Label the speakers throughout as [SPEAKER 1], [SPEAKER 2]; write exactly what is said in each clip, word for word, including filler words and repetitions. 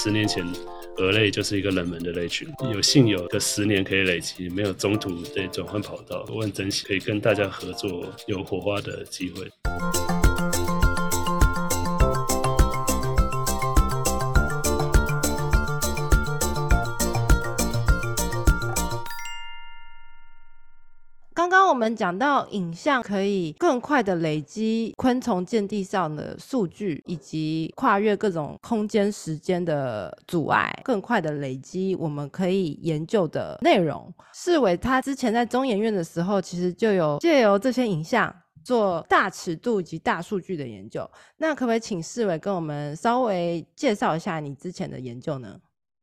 [SPEAKER 1] 十年前蛾类就是一个冷门的类群，有幸有个十年可以累积，没有中途的转换跑道，我很珍惜可以跟大家合作有火花的机会。
[SPEAKER 2] 刚刚我们讲到影像可以更快的累积昆虫见地上的数据，以及跨越各种空间时间的阻碍，更快的累积我们可以研究的内容。世伟他之前在中研院的时候，其实就有借由这些影像做大尺度以及大数据的研究。那可不可以请世伟跟我们稍微介绍一下你之前的研究呢？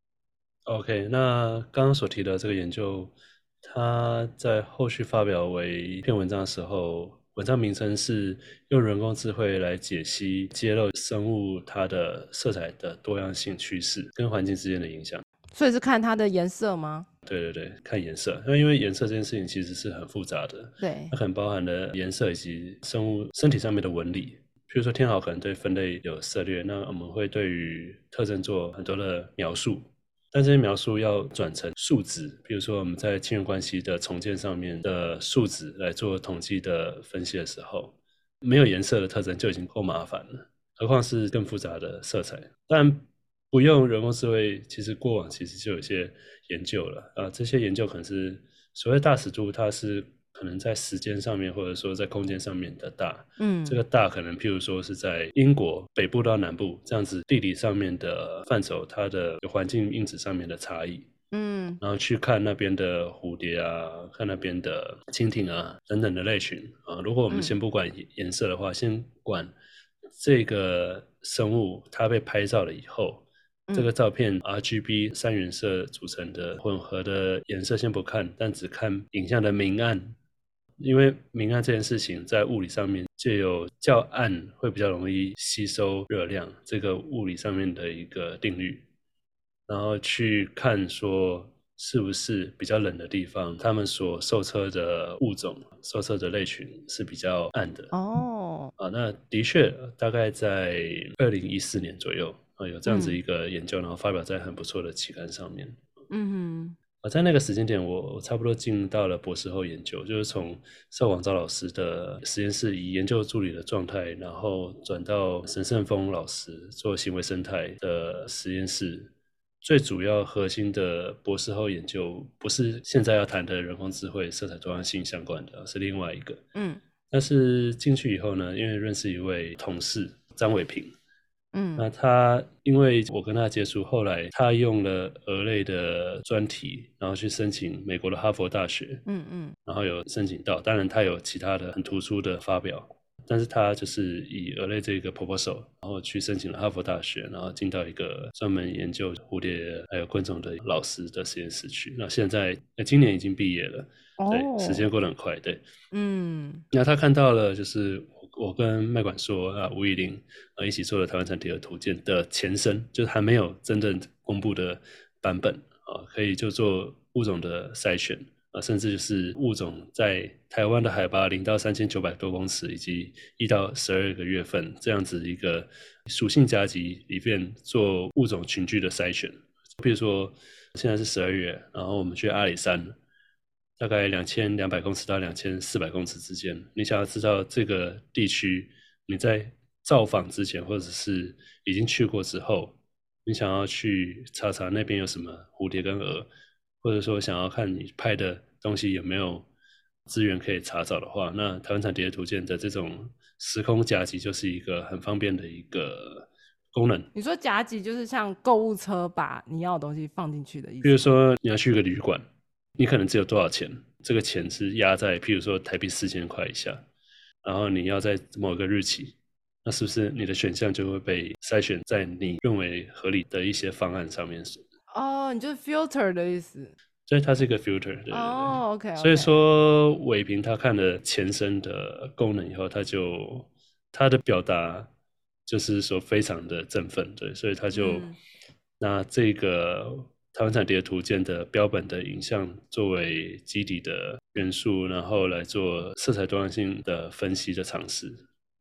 [SPEAKER 1] OK， 那刚刚所提的这个研究，它在后续发表为一篇文章的时候，文章名称是用人工智慧来解析揭露生物它的色彩的多样性趋势跟环境之间的影响。
[SPEAKER 2] 所以是看它的颜色吗？
[SPEAKER 1] 对对对，看颜色。那因为颜色这件事情其实是很复杂的，
[SPEAKER 2] 对，
[SPEAKER 1] 它可能包含了颜色以及生物身体上面的纹理。譬如说天豪可能对分类有涉猎，那我们会对于特征做很多的描述，但这些描述要转成数值，比如说我们在亲缘关系的重建上面的数值来做统计的分析的时候，没有颜色的特征就已经够麻烦了，何况是更复杂的色彩。当然不用人工智慧，其实过往其实就有一些研究了啊，这些研究可能是所谓大尺度，它是可能在时间上面或者说在空间上面的大，嗯，这个大可能譬如说是在英国北部到南部这样子地理上面的范畴，它的环境因子上面的差异，嗯，然后去看那边的蝴蝶啊，看那边的蜻蜓啊等等的类群啊。如果我们先不管颜色的话，嗯，先管这个生物它被拍照了以后，这个照片 R G B 三原色组成的混合的颜色先不看，但只看影像的明暗，因为明暗这件事情在物理上面就有较暗会比较容易吸收热量这个物理上面的一个定律，然后去看说是不是比较冷的地方，他们所受测的物种、受测的类群是比较暗的。哦，啊，那的确大概在二零一四年左右，啊，有这样子一个研究，嗯，然后发表在很不错的期刊上面。嗯哼。啊，在那个时间点我，我差不多进到了博士后研究，就是从邵广昭老师的实验室以研究助理的状态，然后转到沈胜峰老师做行为生态的实验室。最主要核心的博士后研究不是现在要谈的人工智慧色彩多样性相关的，是另外一个。嗯，但是进去以后呢，因为认识一位同事张伟平，嗯，那他因为我跟他接触，后来他用了蛾类的专题，然后去申请美国的哈佛大学，嗯嗯，然后有申请到，当然他有其他的很突出的发表。但是他就是以蛾类这个 proposal， 然后去申请了哈佛大学，然后进到一个专门研究蝴蝶还有昆虫的老师的实验室去。那现在今年已经毕业了，哦，对，时间过得很快，对，嗯。那他看到了就是我跟麦管硕啊、吴以玲啊一起做的台湾产蝶的图鉴的前身，就是还没有真正公布的版本啊，可以就做物种的筛选。啊，甚至就是物种在台湾的海拔零到三千九百多公尺，以及一到十二个月份这样子一个属性夹击里面做物种群聚的筛选。比如说现在是十二月，然后我们去阿里山，大概两千两百公尺到两千四百公尺之间，你想要知道这个地区你在造访之前，或者是已经去过之后，你想要去查查那边有什么蝴蝶跟蛾，或者说想要看你拍的东西有没有资源可以查找的话，那台湾产蝶图鉴的这种时空夹击就是一个很方便的一个功能。
[SPEAKER 2] 你说夹击就是像购物车把你要的东西放进去的意思？
[SPEAKER 1] 比如说你要去一个旅馆，你可能只有多少钱，这个钱是压在譬如说台币四千块以下，然后你要在某个日期，那是不是你的选项就会被筛选在你认为合理的一些方案上面？
[SPEAKER 2] 哦，你就是 filter 的意思。
[SPEAKER 1] 所以它是一个 filter， 对对对。
[SPEAKER 2] 哦 ，OK，
[SPEAKER 1] 所以说伟平他看了前身的功能以后，他就他的表达就是说非常的振奋，对，所以他就拿这个台湾产蝶图鉴的标本的影像作为基底的元素，然后来做色彩多样性的分析的尝试。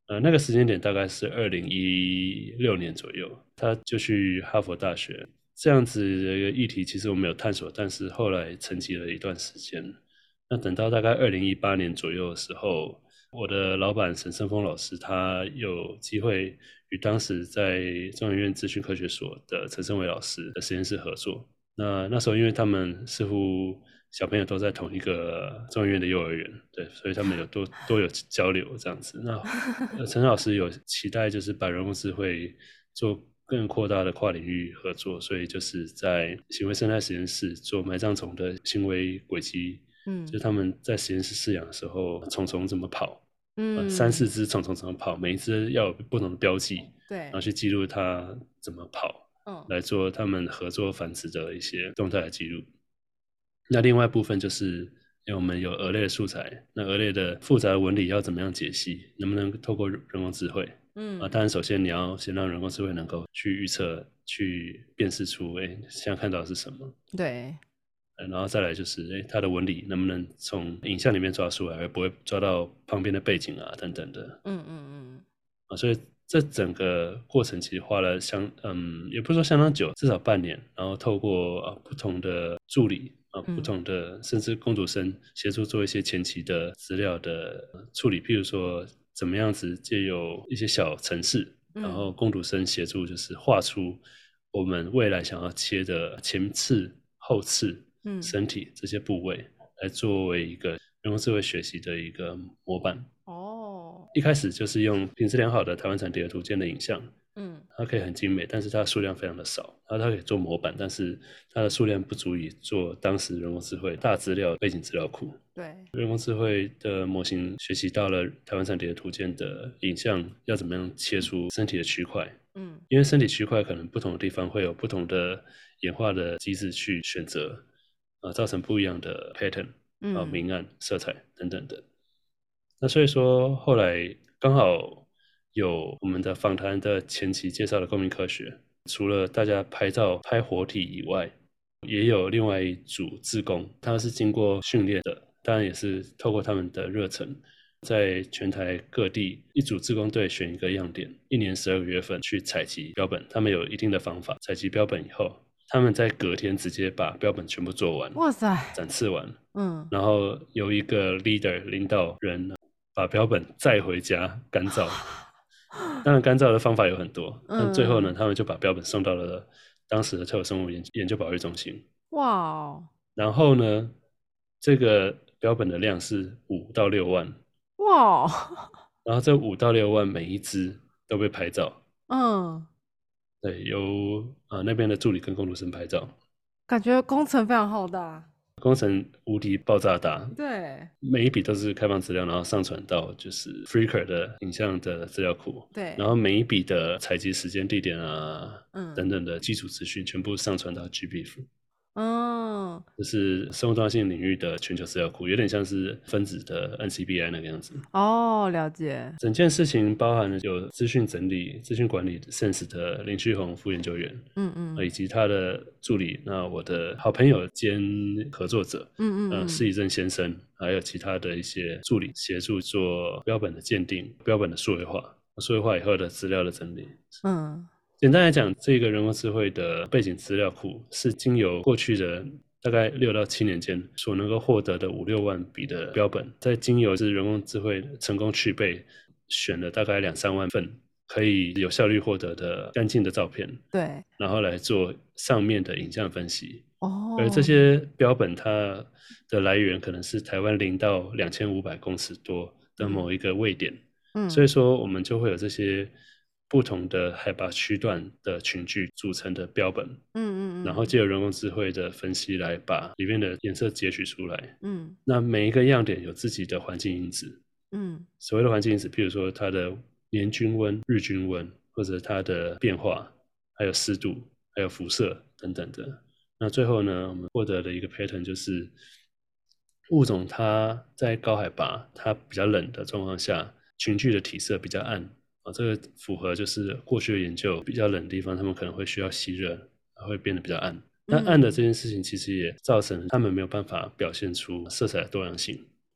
[SPEAKER 1] 呃，那个时间点大概是二零一六年左右，他就去哈佛大学。这样子的一个议题其实我们有探索，但是后来沉寂了一段时间。那等到大概二零一八年左右的时候，我的老板沈胜峰老师他有机会与当时在中研院资讯科学所的陈胜伟老师的实验室合作。那那时候因为他们似乎小朋友都在同一个中研院的幼儿园，对，所以他们有多多有交流这样子。那呃陈老师有期待就是把人工智慧做更扩大的跨领域合作，所以就是在行为生态实验室做埋葬虫的行为轨迹，嗯，就是他们在实验室饲养的时候，虫虫怎么跑，嗯、呃，三四只虫虫怎么跑，每一只要有不同的标记，对，然后去记录它怎么跑，嗯，来做他们合作繁殖的一些动态的记录。那另外一部分就是因为我们有鹅类的素材，那鹅类的复杂的纹理要怎么样解析，能不能透过人工智慧，嗯啊，当然首先你要先让人工智慧能够去预测，去辨识出哎现在看到的是什么，对，然后再来就是哎它的纹理能不能从影像里面抓出来，而不会抓到旁边的背景啊等等的，嗯嗯嗯，啊，所以这整个过程其实花了相嗯也不是说相当久，至少半年，然后透过啊不同的助理啊、嗯、不同的甚至工读生协助做一些前期的资料的处理，譬如说怎么样子借由一些小程式，然后工读生协助就是画出我们未来想要切的前翅、后翅、身体这些部位，来作为一个人工智慧学习的一个模板。哦，一开始就是用品质良好的台湾产地的图鉴的影像，嗯，它可以很精美，但是它的数量非常的少，然后它可以做模板，但是它的数量不足以做当时人工智慧大资料背景资料库。对，人工智慧的模型学习到了台湾产地的图鉴的影像要怎么样切出身体的区块，嗯，因为身体区块可能不同的地方会有不同的演化的机制去选择，呃，造成不一样的 pattern，嗯，啊，明暗、色彩等等的。那所以说，后来刚好有我们的访谈的前期介绍的公民科学，除了大家拍照拍活体以外，也有另外一组志工，他是经过训练的，当然也是透过他们的热忱，在全台各地一组志工队选一个样点，一年十二个月份去采集标本，他们有一定的方法，采集标本以后，他们在隔天直接把标本全部做完，哇塞，展示完，嗯，然后由一个 leader 领导人把标本载回家干燥。当然干燥的方法有很多，但最后呢，他们就把标本送到了当时的特有生物研研究保育中心。哇！然后呢，这个标本的量是五到六万。哇！然后这五到六万每一只都被拍照。嗯。对，由啊、呃、那边的助理跟工读生拍照。感觉工程非常浩大。工程无敌爆炸大，对，每一笔都是开放资料，然后上传到就是 Flickr 的影像的资料库，对，然后每一笔的采集时间、地点啊，嗯，等等的基础资讯全部上传到 G B F。哦，这是生物多样性领域的全球资料库，有点像是分子的 N C B I 那个样子。哦，了解。整件事情包含了有资讯整理、资讯管理 Sense 的林旭宏副研究员，嗯嗯，以及他的助理，那我的好朋友兼合作者，嗯嗯，呃，施以正先生，还有其他的一些助理协助做标本的鉴定、标本的数位化、数位化以后的资料的整理。嗯。简单来讲，这个人工智慧的背景资料库是经由过去的大概六到七年间所能够获得的五六万笔的标本，再经由是人工智慧成功去背，选了大概两三万份可以有效率获得的干净的照片，对，然后来做上面的影像分析。哦，而这些标本它的来源可能是台湾零到两千五百公尺多的某一个位点，嗯，所以说我们就会有这些不同的海拔区段的群聚组成的标本，嗯嗯嗯，然后借由人工智慧的分析来把里面的颜色截取出来，嗯，那每一个样点有自己的环境因子，嗯，所谓的环境因子，譬如说它的年均温、日均温，或者它的变化，还有湿度，还有辐射等等的。那最后呢，我们获得的一个 pattern 就是物种它在高海拔、它比较冷的状况下，群聚的体色比较暗。哦，这个符合就是过去的研究，比较冷的地方，他们可能会需要吸热，会变得比较暗。但暗的这件事情，其实也造成他们没有办法表现出色彩的多样性。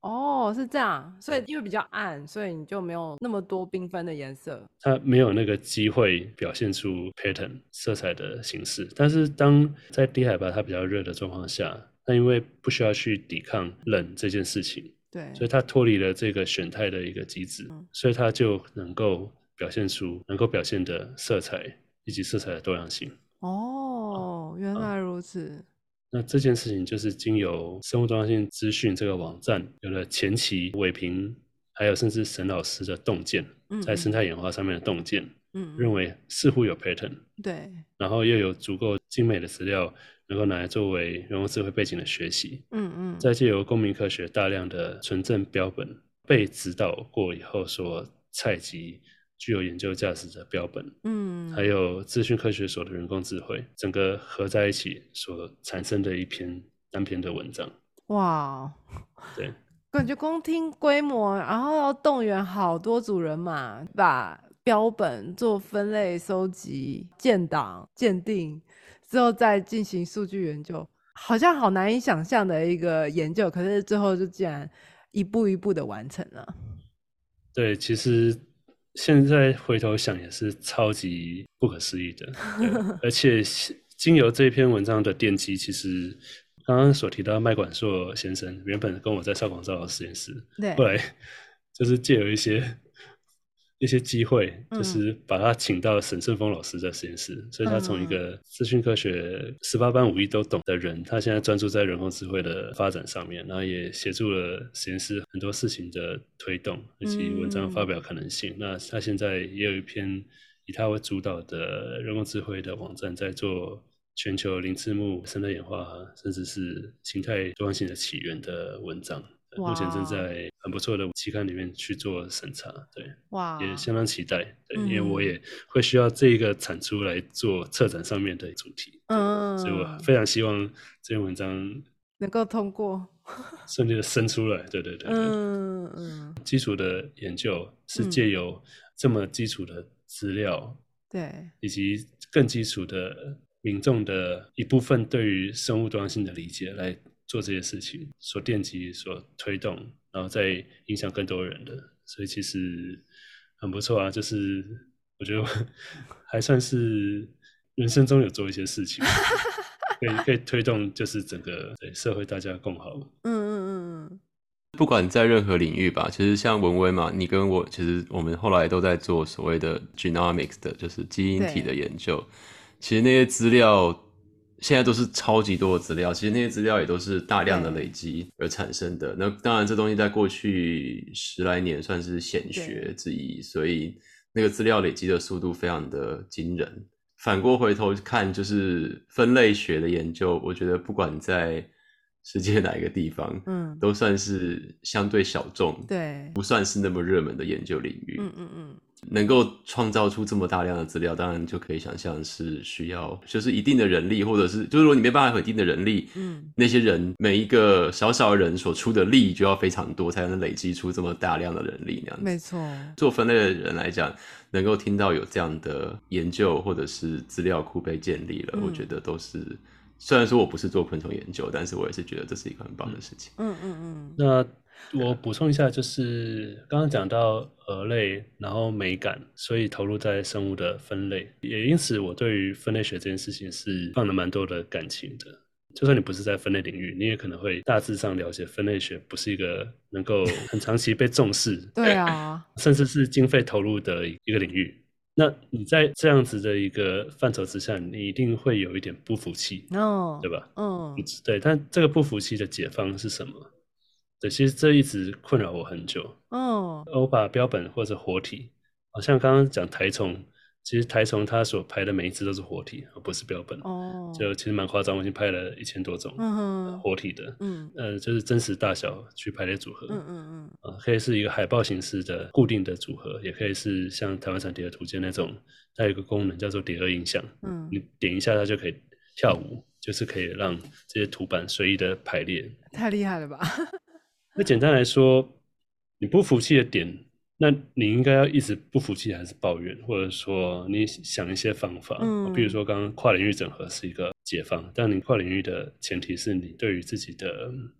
[SPEAKER 2] 哦，是这样，所以因为比较暗，所以你就没有那么多缤纷的颜色。
[SPEAKER 1] 它没有那个机会表现出 pattern 色彩的形式。但是当在低海拔它比较热的状况下，那因为不需要去抵抗冷这件事情，
[SPEAKER 2] 对，
[SPEAKER 1] 所以它脱离了这个选态的一个机制，
[SPEAKER 2] 嗯
[SPEAKER 1] 所以它就能够表现出能够表现的色彩以及色彩的多样性。
[SPEAKER 2] 哦，原来如此。
[SPEAKER 1] 那这件事情就是经由生物多样性资讯这个网站有了前期伟平还有甚至沈老师的洞见，
[SPEAKER 2] 嗯
[SPEAKER 1] 在生态演化上面的洞见，
[SPEAKER 2] 嗯，
[SPEAKER 1] 认为似乎有 pattern，
[SPEAKER 2] 对，
[SPEAKER 1] 然后又有足够精美的资料能够拿来作为人工智慧背景的学习，
[SPEAKER 2] 嗯嗯，
[SPEAKER 1] 再借由公民科学大量的纯正标本被指导过以后所采集具有研究价值的标本，
[SPEAKER 2] 嗯，
[SPEAKER 1] 还有资讯科学所的人工智慧，整个合在一起所产生的一篇单篇的文章。
[SPEAKER 2] 哇，
[SPEAKER 1] 对，
[SPEAKER 2] 感觉光听规模，然后要动员好多组人马，把标本做分类、收集、建档、鉴定，之后再进行数据研究，好像好难以想象的一个研究，可是最后就竟然一步一步的完成了。
[SPEAKER 1] 对，其实现在回头想也是超级不可思议的，对，而且经由这篇文章的奠基，其实刚刚所提到麦管硕先生原本跟我在邵广照的实验室，
[SPEAKER 2] 对，
[SPEAKER 1] 后来就是借有一些一些机会，
[SPEAKER 2] 嗯
[SPEAKER 1] 就是把他请到沈胜峰老师的实验室，所以他从一
[SPEAKER 2] 嗯
[SPEAKER 1] 个资讯科学十八般武艺都懂的人，他现在专注在人工智慧的发展上面，然后也协助了实验室很多事情的推动以及文章发表可能性。那他现在也有一篇以他为主导的人工智慧的网站，在做全球零字幕、生态演化，甚至是形态多样性的起源的文章。目前正在很不错的期刊里面去做审查，对，
[SPEAKER 2] 哇，
[SPEAKER 1] 也相当期待，对，
[SPEAKER 2] 嗯
[SPEAKER 1] 因为我也会需要这个产出来做策展上面的主题，嗯，所以我非常希望这篇文章
[SPEAKER 2] 能够通过，
[SPEAKER 1] 顺利的生出来，对对对对，
[SPEAKER 2] 嗯嗯，
[SPEAKER 1] 基础的研究是借由这么基础的资料，
[SPEAKER 2] 对，
[SPEAKER 1] 以及更基础的民众的一部分对于生物多样性的理解来做这些事情，所奠基、所推动，然后再影响更多人的，所以其实很不错啊。就是我觉得还算是人生中有做一些事情，可以可以推动，就是整个对社会大家共好。
[SPEAKER 2] 嗯嗯嗯嗯。
[SPEAKER 3] 不管在任何领域吧，其实像文威嘛，你跟我，其实我们后来都在做所谓的 genomics 的，就是基因体的研究。其实那些资料现在都是超级多的资料，其实那些资料也都是大量的累积而产生的。那当然，这东西在过去十来年算是显学之一，所以那个资料累积的速度非常的惊人。反过回头看，就是分类学的研究，我觉得不管在世界哪一个地方，嗯，都算是相对小众，
[SPEAKER 2] 对，
[SPEAKER 3] 不算是那么热门的研究领域。
[SPEAKER 2] 嗯嗯嗯，
[SPEAKER 3] 能够创造出这么大量的资料，当然就可以想象是需要就是一定的人力，或者是就是如果你没办法有一定的人力，嗯，那些人每一个少少人所出的力就要非常多，才能累积出这么大量的人力那样子。
[SPEAKER 2] 没错，
[SPEAKER 3] 做分类的人来讲，能够听到有这样的研究或者是资料库被建立了，嗯，我觉得都是。虽然说我不是做昆虫研究，但是我也是觉得这是一个很棒的事情。
[SPEAKER 2] 嗯嗯嗯。
[SPEAKER 1] 那我补充一下，就是刚刚讲到蛾类，然后美感，所以投入在生物的分类，也因此我对于分类学这件事情是放了蛮多的感情的。就算你不是在分类领域，你也可能会大致上了解分类学不是一个能够很长期被重视，
[SPEAKER 2] 对啊，
[SPEAKER 1] 甚至是经费投入的一个领域。那你在这样子的一个范畴之下，你一定会有一点不服气，哦，对吧？嗯，对。但这个不服气的解方是什么？对，其实这一直困扰我很久。哦，我把标本或者活体，好像刚刚讲台虫，其实台虫它所拍的每一只都是活体，而不是标本。哦，就其实蛮夸张，我已经拍了一千多种活体的，嗯，呃，就是真实大小去排列组合。嗯嗯嗯，呃，可以是一个海报形式的固定的组合，也可以是像台湾产蝶的图鉴那种，它有一个功能叫做蝶二印象。嗯，你点一下它就可以跳舞，就是可以让这些图板随意的排列。
[SPEAKER 2] 太厉害了吧！
[SPEAKER 1] 那简单来说，你不服气的点，那你应该要一直不服气还是抱怨，或者说你想一些方法，嗯，比如说刚刚跨领域整合是一个解放，但你跨领域的前提是你对于自己的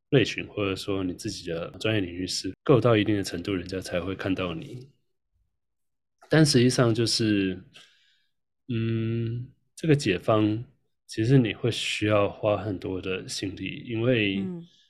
[SPEAKER 1] 类群，或者说你自己的专业领域是够到一定的程度，人家才会看到你。但实际上就是，嗯，这个解方其实你会需要花很多的心力，因为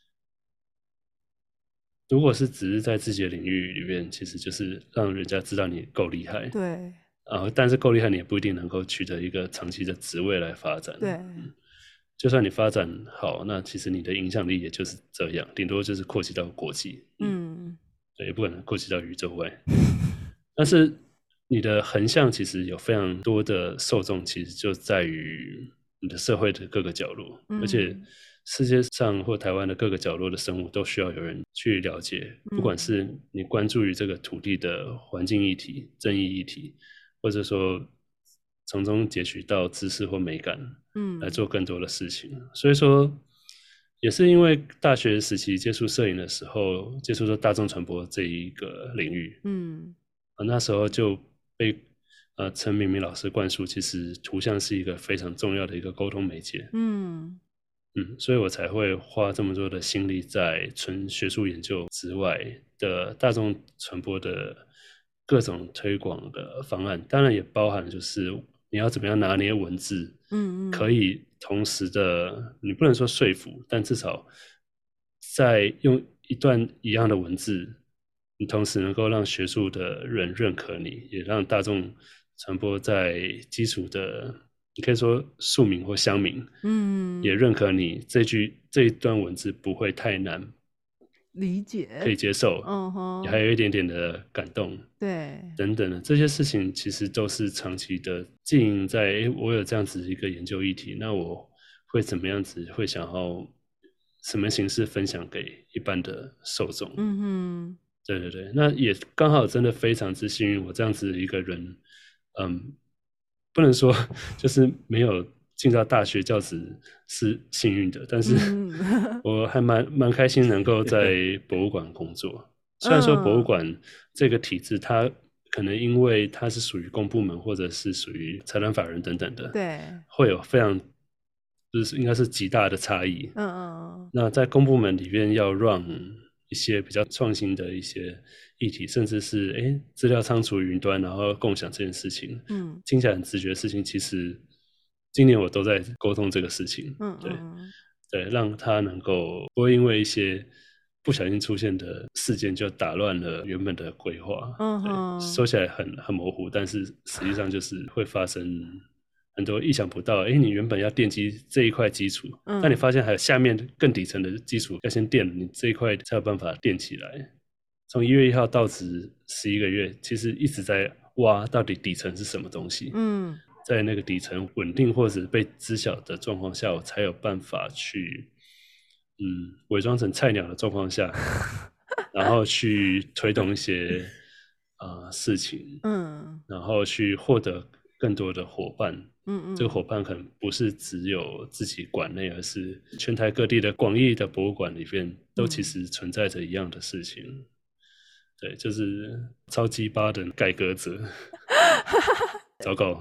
[SPEAKER 1] 如果是只是在自己的领域里面，其实就是让人家知道你够厉害。
[SPEAKER 2] 对，
[SPEAKER 1] 呃，但是够厉害，你也不一定能够取得一个长期的职位来发展。
[SPEAKER 2] 对，
[SPEAKER 1] 嗯，就算你发展好，那其实你的影响力也就是这样，顶多就是扩及到国际。嗯，
[SPEAKER 2] 嗯，
[SPEAKER 1] 对，也不可能扩及到宇宙外。但是你的横向其实有非常多的受众，其实就在于你的社会的各个角落，
[SPEAKER 2] 嗯，
[SPEAKER 1] 而且世界上或台湾的各个角落的生物都需要有人去了解，不管是你关注于这个土地的环境议题、正义议题，或者说从中截取到知识或美感，嗯，来做更多的事情。所以说，也是因为大学时期接触摄影的时候，接触到大众传播这一个领域，嗯，那时候就被呃陈明明老师灌输，其实图像是一个非常重要的一个沟通媒介。嗯嗯，所以我才会花这么多的心力在纯学术研究之外的大众传播的各种推广的方案，当然也包含就是你要怎么样拿捏文字，嗯嗯，可以同时的，你不能说说服，但至少在用一段一样的文字，你同时能够让学术的人认可你，也让大众传播在基础的，你可以说庶民或乡民，嗯，也认可你这句这一段文字不会太难
[SPEAKER 2] 理解，
[SPEAKER 1] 可以接受，
[SPEAKER 2] 嗯哼，
[SPEAKER 1] 也还有一点点的感动，
[SPEAKER 2] 对，
[SPEAKER 1] 等等的这些事情，其实都是长期的经营在。诶，我有这样子一个研究议题，那我会怎么样子，会想要什么形式分享给一般的受众？嗯哼，对对对，那也刚好真的非常之幸运，我这样子一个人，嗯，不能说就是没有进到大学教职是幸运的，但是我还蛮蛮开心能够在博物馆工作。虽然说博物馆这个体制，它可能因为它是属于公部门或者是属于财团法人等等的，
[SPEAKER 2] 对，
[SPEAKER 1] 会有非常就是应该是极大的差异。嗯嗯嗯。那在公部门里面要让一些比较创新的一些议题，甚至是诶资料仓储云端，然后共享这件事情，嗯，听起来很直觉的事情，其实今年我都在沟通这个事情，嗯，对对，让它能够不会因为一些不小心出现的事件就打乱了原本的规划，嗯，对，说起来很很模糊，但是实际上就是会发生很多意想不到，哎，你原本要奠基这一块基础，嗯，但你发现还有下面更底层的基础要先垫，你这一块才有办法垫起来。从一月一号到职十一个月，其实一直在挖到底底层是什么东西。嗯，在那个底层稳定或者被知晓的状况下，我才有办法去，嗯，伪装成菜鸟的状况下，然后去推动一些啊、呃、事情，嗯，然后去获得更多的伙伴。嗯嗯，这个伙伴可能不是只有自己馆内，而是全台各地的广义的博物馆里面，都其实存在着一样的事情。嗯，对，就是超级巴的改革者。糟糕。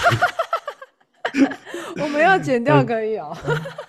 [SPEAKER 2] 我们要剪掉可以哦。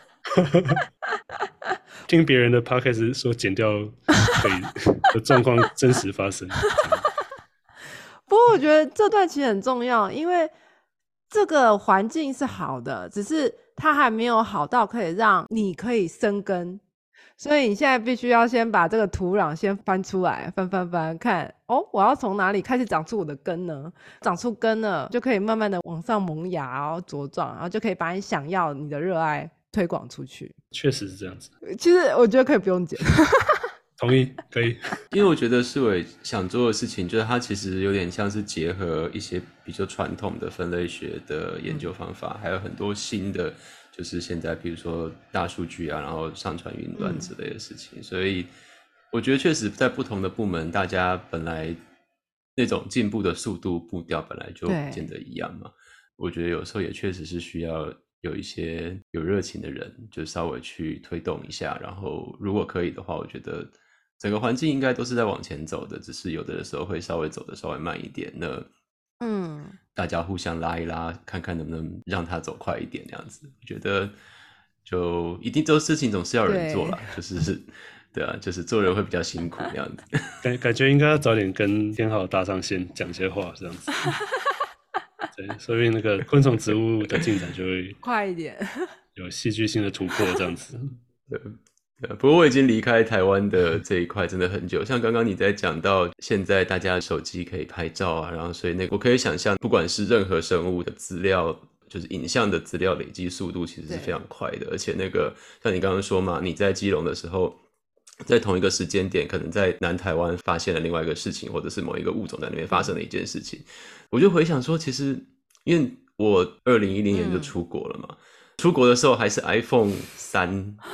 [SPEAKER 1] 听别人的 podcast 说剪掉可以的状况真实发生。
[SPEAKER 2] 不过我觉得这段其实很重要，因为这个环境是好的，只是它还没有好到可以让你可以生根，所以你现在必须要先把这个土壤先翻出来，翻翻翻看，哦，我要从哪里开始长出我的根呢？长出根了，就可以慢慢的往上萌芽，然后茁壮，然后就可以把你想要你的热爱推广出去。
[SPEAKER 1] 确实是这样子。
[SPEAKER 2] 其实我觉得可以不用剪。
[SPEAKER 1] 同意，可以。
[SPEAKER 3] 因为我觉得世伟想做的事情，就是他其实有点像是结合一些比较传统的分类学的研究方法，嗯，还有很多新的，就是现在比如说大数据啊，然后上传云端之类的事情，嗯，所以我觉得确实在不同的部门，大家本来那种进步的速度步调本来就不见得一样嘛。我觉得有时候也确实是需要有一些有热情的人，就稍微去推动一下，然后如果可以的话，我觉得整个环境应该都是在往前走的，只是有的时候会稍微走的稍微慢一点，那嗯，大家互相拉一拉，看看能不能让它走快一点，这样子，我觉得就一定都事情总是要有人做啦，就是对啊，就是做人会比较辛苦这样子。
[SPEAKER 1] 感感觉应该要早点跟天浩搭上线讲些话这样子。对，所以那个昆虫植物的进展就会
[SPEAKER 2] 快一点，
[SPEAKER 1] 有戏剧性的突破这样子。
[SPEAKER 3] 对。不过我已经离开台湾的这一块真的很久，像刚刚你在讲到现在大家手机可以拍照啊，然后所以那个我可以想象，不管是任何生物的资料，就是影像的资料累积速度其实是非常快的，而且那个像你刚刚说嘛，你在基隆的时候，在同一个时间点，可能在南台湾发现了另外一个事情，或者是某一个物种在那边发生了一件事情，我就回想说，其实因为我二零一零年就出国了嘛。嗯，出国的时候还是 iPhone 三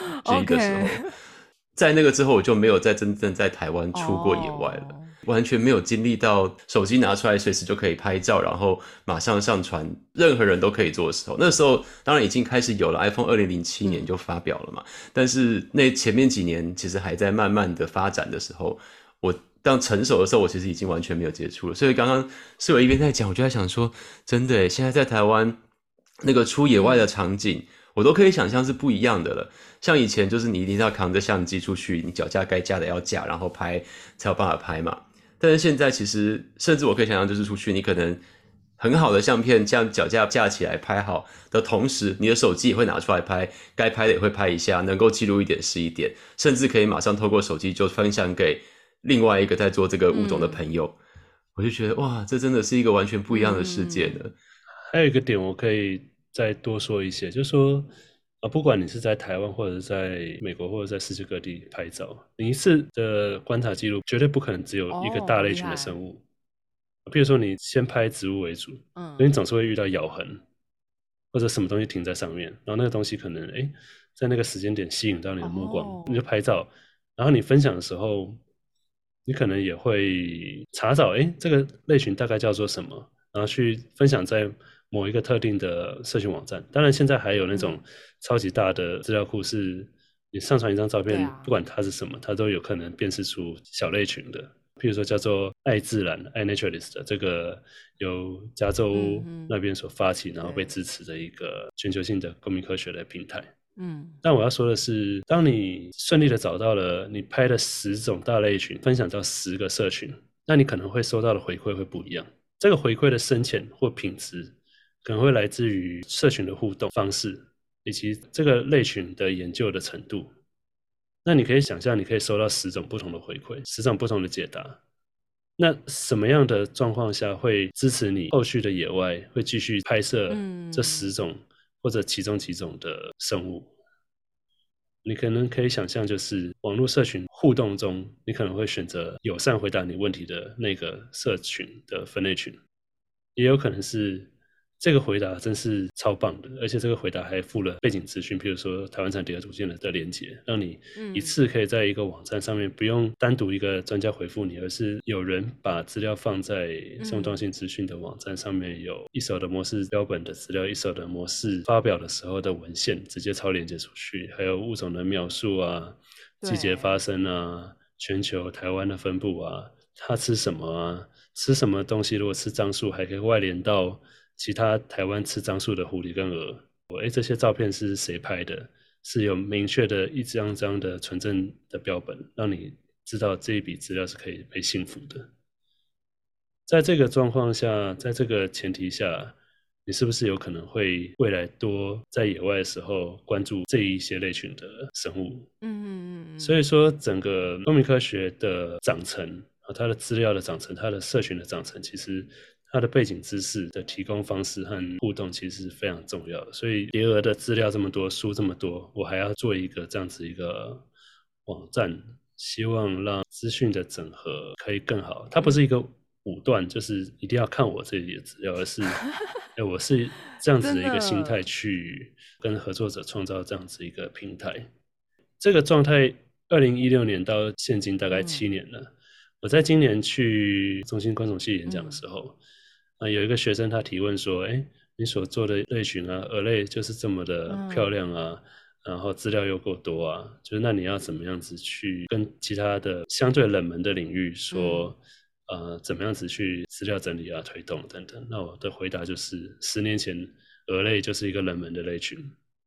[SPEAKER 3] G 的时候， okay. 在那个之后我就没有再真正在台湾出过野外了， oh. 完全没有经历到手机拿出来随时就可以拍照，然后马上上传，任何人都可以做的时候。那时候当然已经开始有了 iPhone 二零零七年就发表了嘛，嗯，但是那前面几年其实还在慢慢的发展的时候，我当成熟的时候我其实已经完全没有接触了。所以刚刚是我一边在讲，我就在想说真的耶，现在在台湾那个出野外的场景，嗯，我都可以想象是不一样的了。像以前就是你一定要扛着相机出去，你脚架该架的要架，然后拍才有办法拍嘛。但是现在其实甚至我可以想象，就是出去你可能很好的相片，这样脚架架起来拍好的同时，你的手机也会拿出来拍，该拍的也会拍一下，能够记录一点是一点，甚至可以马上透过手机就分享给另外一个在做这个物种的朋友。嗯，我就觉得哇，这真的是一个完全不一样的世界呢。嗯，
[SPEAKER 1] 还有一个点我可以再多说一些，就是说，呃，不管你是在台湾或者是在美国或者在世界各地拍照，你一次的观察记录绝对不可能只有一个大类群的生物。哦，比如说你先拍植物为主，嗯，你总是会遇到咬痕或者什么东西停在上面，然后那个东西可能哎在那个时间点吸引到你的目光，哦，你就拍照，然后你分享的时候，你可能也会查找哎这个类群大概叫做什么，然后去分享在某一个特定的社群网站。当然现在还有那种超级大的资料库，是你上传一张照片，嗯，不管它是什么，它都有可能辨识出小类群的。譬如说叫做爱自然 iNaturalist 这个由加州那边所发起，嗯，然后被支持的一个全球性的公民科学的平台。嗯，但我要说的是，当你顺利的找到了你拍的十种大类群，分享到十个社群，那你可能会收到的回馈会不一样。这个回馈的深浅或品质可能会来自于社群的互动方式，以及这个类群的研究的程度。那你可以想象，你可以收到十种不同的回馈，十种不同的解答。那什么样的状况下会支持你后续的野外会继续拍摄这十种或者其中几种的生物？你可能可以想象，就是网络社群互动中，你可能会选择友善回答你问题的那个社群的分类群，也有可能是这个回答真是超棒的，而且这个回答还附了背景资讯，譬如说台湾产第二组件的连结，让你一次可以在一个网站上面不用单独一个专家回复你，而是有人把资料放在生物多样性资讯的网站上面，有一手的模式标本的资料，一手的模式发表的时候的文献直接超连接出去，还有物种的描述啊，季节发生啊，全球台湾的分布啊，它吃什么啊，吃什么东西，如果吃樟树还可以外连到其他台湾吃樟树的狐狸跟鹅。诶，这些照片是谁拍的，是有明确的一张张的纯正的标本，让你知道这一笔资料是可以被信服的。在这个状况下，在这个前提下，你是不是有可能会未来多在野外的时候关注这一些类群的生物？嗯嗯嗯。所以说整个公民科学的长成，它的资料的长成，它的社群的长成，其实它的背景知识的提供方式和互动其实是非常重要的。所以叠额的资料这么多，书这么多，我还要做一个这样子一个网站，希望让资讯的整合可以更好。它不是一个武断，就是一定要看我这里的资料，而是哎，我是这样子的一个心态去跟合作者创造这样子一个平台。这个状态二零一六年到现今大概七年了。嗯，我在今年去中心昆虫系演讲的时候，嗯呃、有一个学生他提问说，哎，你所做的类群啊，蛾类就是这么的漂亮啊，嗯，然后资料又够多啊，就是那你要怎么样子去跟其他的相对冷门的领域说，嗯，呃，怎么样子去资料整理啊、推动等等。那我的回答就是，十年前蛾类就是一个冷门的类群，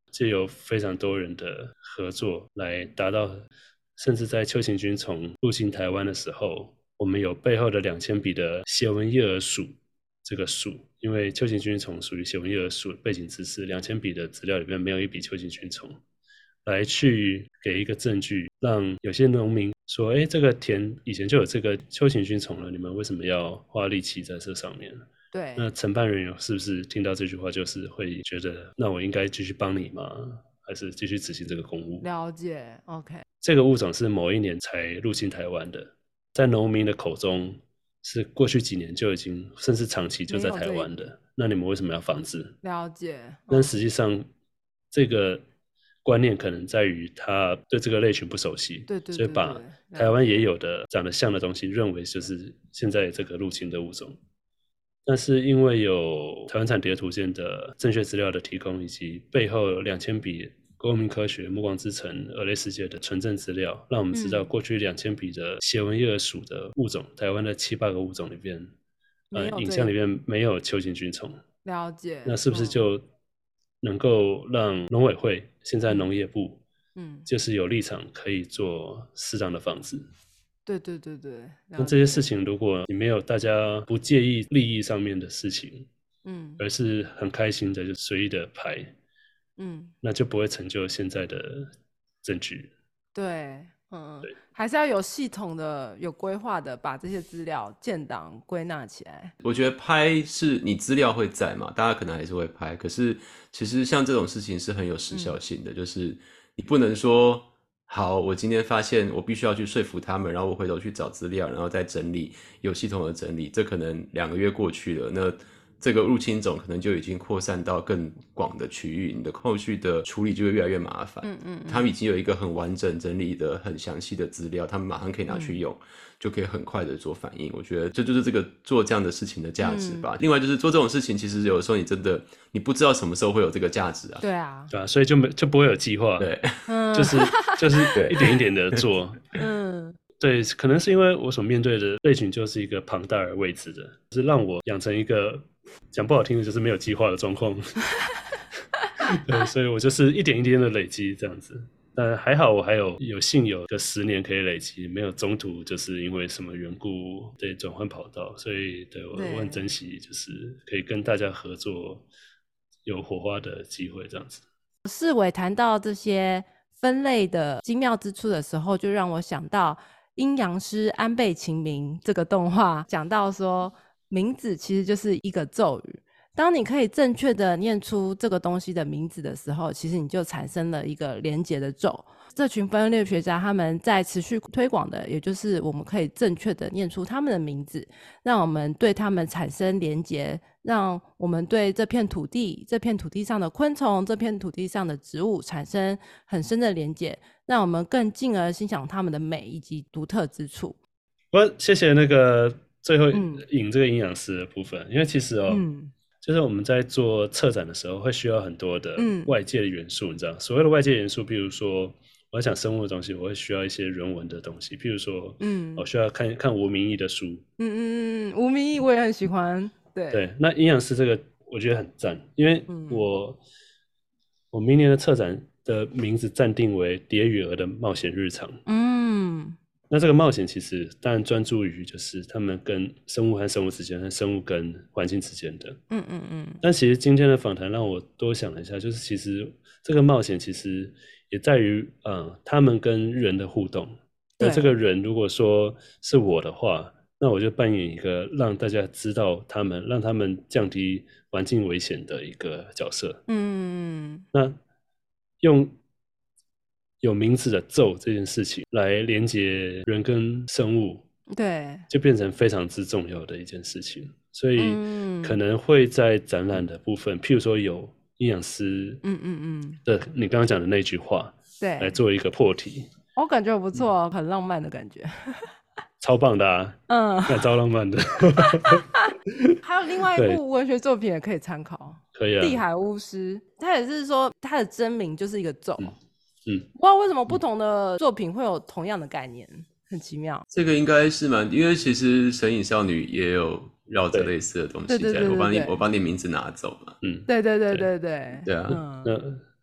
[SPEAKER 1] 藉由非常多人的合作来达到，甚至在秋行军虫入侵台湾的时候，我们有背后的两千笔的斜纹叶耳属这个属，因为秋行军虫属于斜纹叶耳属背景知识，两千笔的资料里面没有一笔秋行军虫，来去给一个证据，让有些农民说，哎，这个田以前就有这个秋行军虫了，你们为什么要花力气在这上面？
[SPEAKER 2] 对，
[SPEAKER 1] 那承办人员是不是听到这句话就是会觉得，那我应该继续帮你吗？还是继续执行这个公务？
[SPEAKER 2] 了解 OK。
[SPEAKER 1] 这个物种是某一年才入侵台湾的，在农民的口中是过去几年就已经甚至长期就在台湾的，那你们为什么要防治？
[SPEAKER 2] 了解。
[SPEAKER 1] 但实际上这个观念可能在于他对这个类群不熟悉，
[SPEAKER 2] 对对对对，
[SPEAKER 1] 所以把台湾也有的长得像的东西认为就是现在这个入侵的物种。但是因为有台湾产蝶图鉴的正确资料的提供，以及背后有两千笔公民科学、暮光之城、蛾类世界的纯正资料，让我们知道过去两千笔的斜纹叶耳属的物种，台湾的七八个物种里边，呃，影像里面没有秋行军虫。
[SPEAKER 2] 了解。
[SPEAKER 1] 那是不是就能够让农委会、现在农业部，嗯，就是有立场可以做适当的防治？
[SPEAKER 2] 对对对对。
[SPEAKER 1] 那这些事情，如果你没有大家不介意利益上面的事情，嗯，而是很开心的就随意的排，嗯，那就不会成就现在的证据。
[SPEAKER 2] 对，嗯，对，还是要有系统的、有规划的把这些资料建档归纳起来。
[SPEAKER 3] 我觉得拍是你资料会在嘛，大家可能还是会拍，可是其实像这种事情是很有时效性的，嗯，就是你不能说，好，我今天发现我必须要去说服他们，然后我回头去找资料，然后再整理，有系统的整理，这可能两个月过去了，那这个入侵种可能就已经扩散到更广的区域，你的后续的处理就会越来越麻烦。嗯嗯嗯，他们已经有一个很完整整理的很详细的资料，他们马上可以拿去用，嗯，就可以很快的做反应。我觉得这就是这个做这样的事情的价值吧。嗯，另外就是做这种事情，其实有的时候你真的你不知道什么时候会有这个价值啊。
[SPEAKER 2] 对啊，
[SPEAKER 1] 对啊，所以就没就不会有计划。
[SPEAKER 3] 对，
[SPEAKER 1] 就是就是一点一点的做。嗯。对，可能是因为我所面对的类群就是一个庞大而未知的，是让我养成一个讲不好听的就是没有计划的状况。对，所以我就是一点一点的累积这样子。但还好我还有有幸有个十年可以累积，没有中途就是因为什么缘故对转换跑道，所以对我我很珍惜就是可以跟大家合作有火花的机会这样子。
[SPEAKER 2] 世伟谈到这些分类的精妙之处的时候，就让我想到阴阳师安倍晴明这个动画讲到说，名字其实就是一个咒语，当你可以正确的念出这个东西的名字的时候，其实你就产生了一个连结的咒。这群分类学家他们在持续推广的，也就是我们可以正确的念出他们的名字，让我们对他们产生连结，让我们对这片土地、这片土地上的昆虫、这片土地上的植物产生很深的连结，让我们更进而欣赏它们的美以及独特之处。
[SPEAKER 1] 我谢谢那个最后引这个营养师的部分，嗯，因为其实哦，嗯，就是我们在做策展的时候会需要很多的外界的元素，嗯，你知道，所谓的外界元素，比如说我要讲生物的东西，我会需要一些人文的东西，譬如说，嗯，我需要看看吴明益的书，
[SPEAKER 2] 嗯嗯嗯，吴明益我也很喜欢，对
[SPEAKER 1] 对。那营养师这个我觉得很赞，因为我、嗯、我明年的策展的名字暂定为《蝶与蛾的冒险日常》，嗯，那这个冒险其实当然专注于就是他们跟生物和生物之间，和生物跟环境之间的，嗯嗯嗯。但其实今天的访谈让我多想了一下，就是其实这个冒险其实也在于，嗯，他们跟人的互动。那这个人如果说是我的话，那我就扮演一个让大家知道他们，让他们降低环境危险的一个角色。嗯，那用有名字的咒这件事情来连接人跟生物，
[SPEAKER 2] 对，
[SPEAKER 1] 就变成非常之重要的一件事情。所以可能会在展览的部分，譬如说有阴阳师，嗯嗯嗯的你刚刚讲的那句话，
[SPEAKER 2] 对，
[SPEAKER 1] 来做一个破题，
[SPEAKER 2] 我感觉不错，嗯，很浪漫的感觉，
[SPEAKER 1] 超棒的啊，嗯，那超浪漫的。
[SPEAKER 2] 还有另外一部文学作品也可以参考，
[SPEAKER 1] 可以啊，
[SPEAKER 2] 地海巫师，他也是说他的真名就是一个咒，嗯，嗯，不知道为什么不同的作品会有同样的概念，很奇妙。
[SPEAKER 3] 这个应该是蛮，因为其实神隐少女也有绕着类似的东西在，我帮你我帮你名字拿走嘛，
[SPEAKER 2] 嗯，对对对对对
[SPEAKER 3] 对啊，
[SPEAKER 1] 嗯，那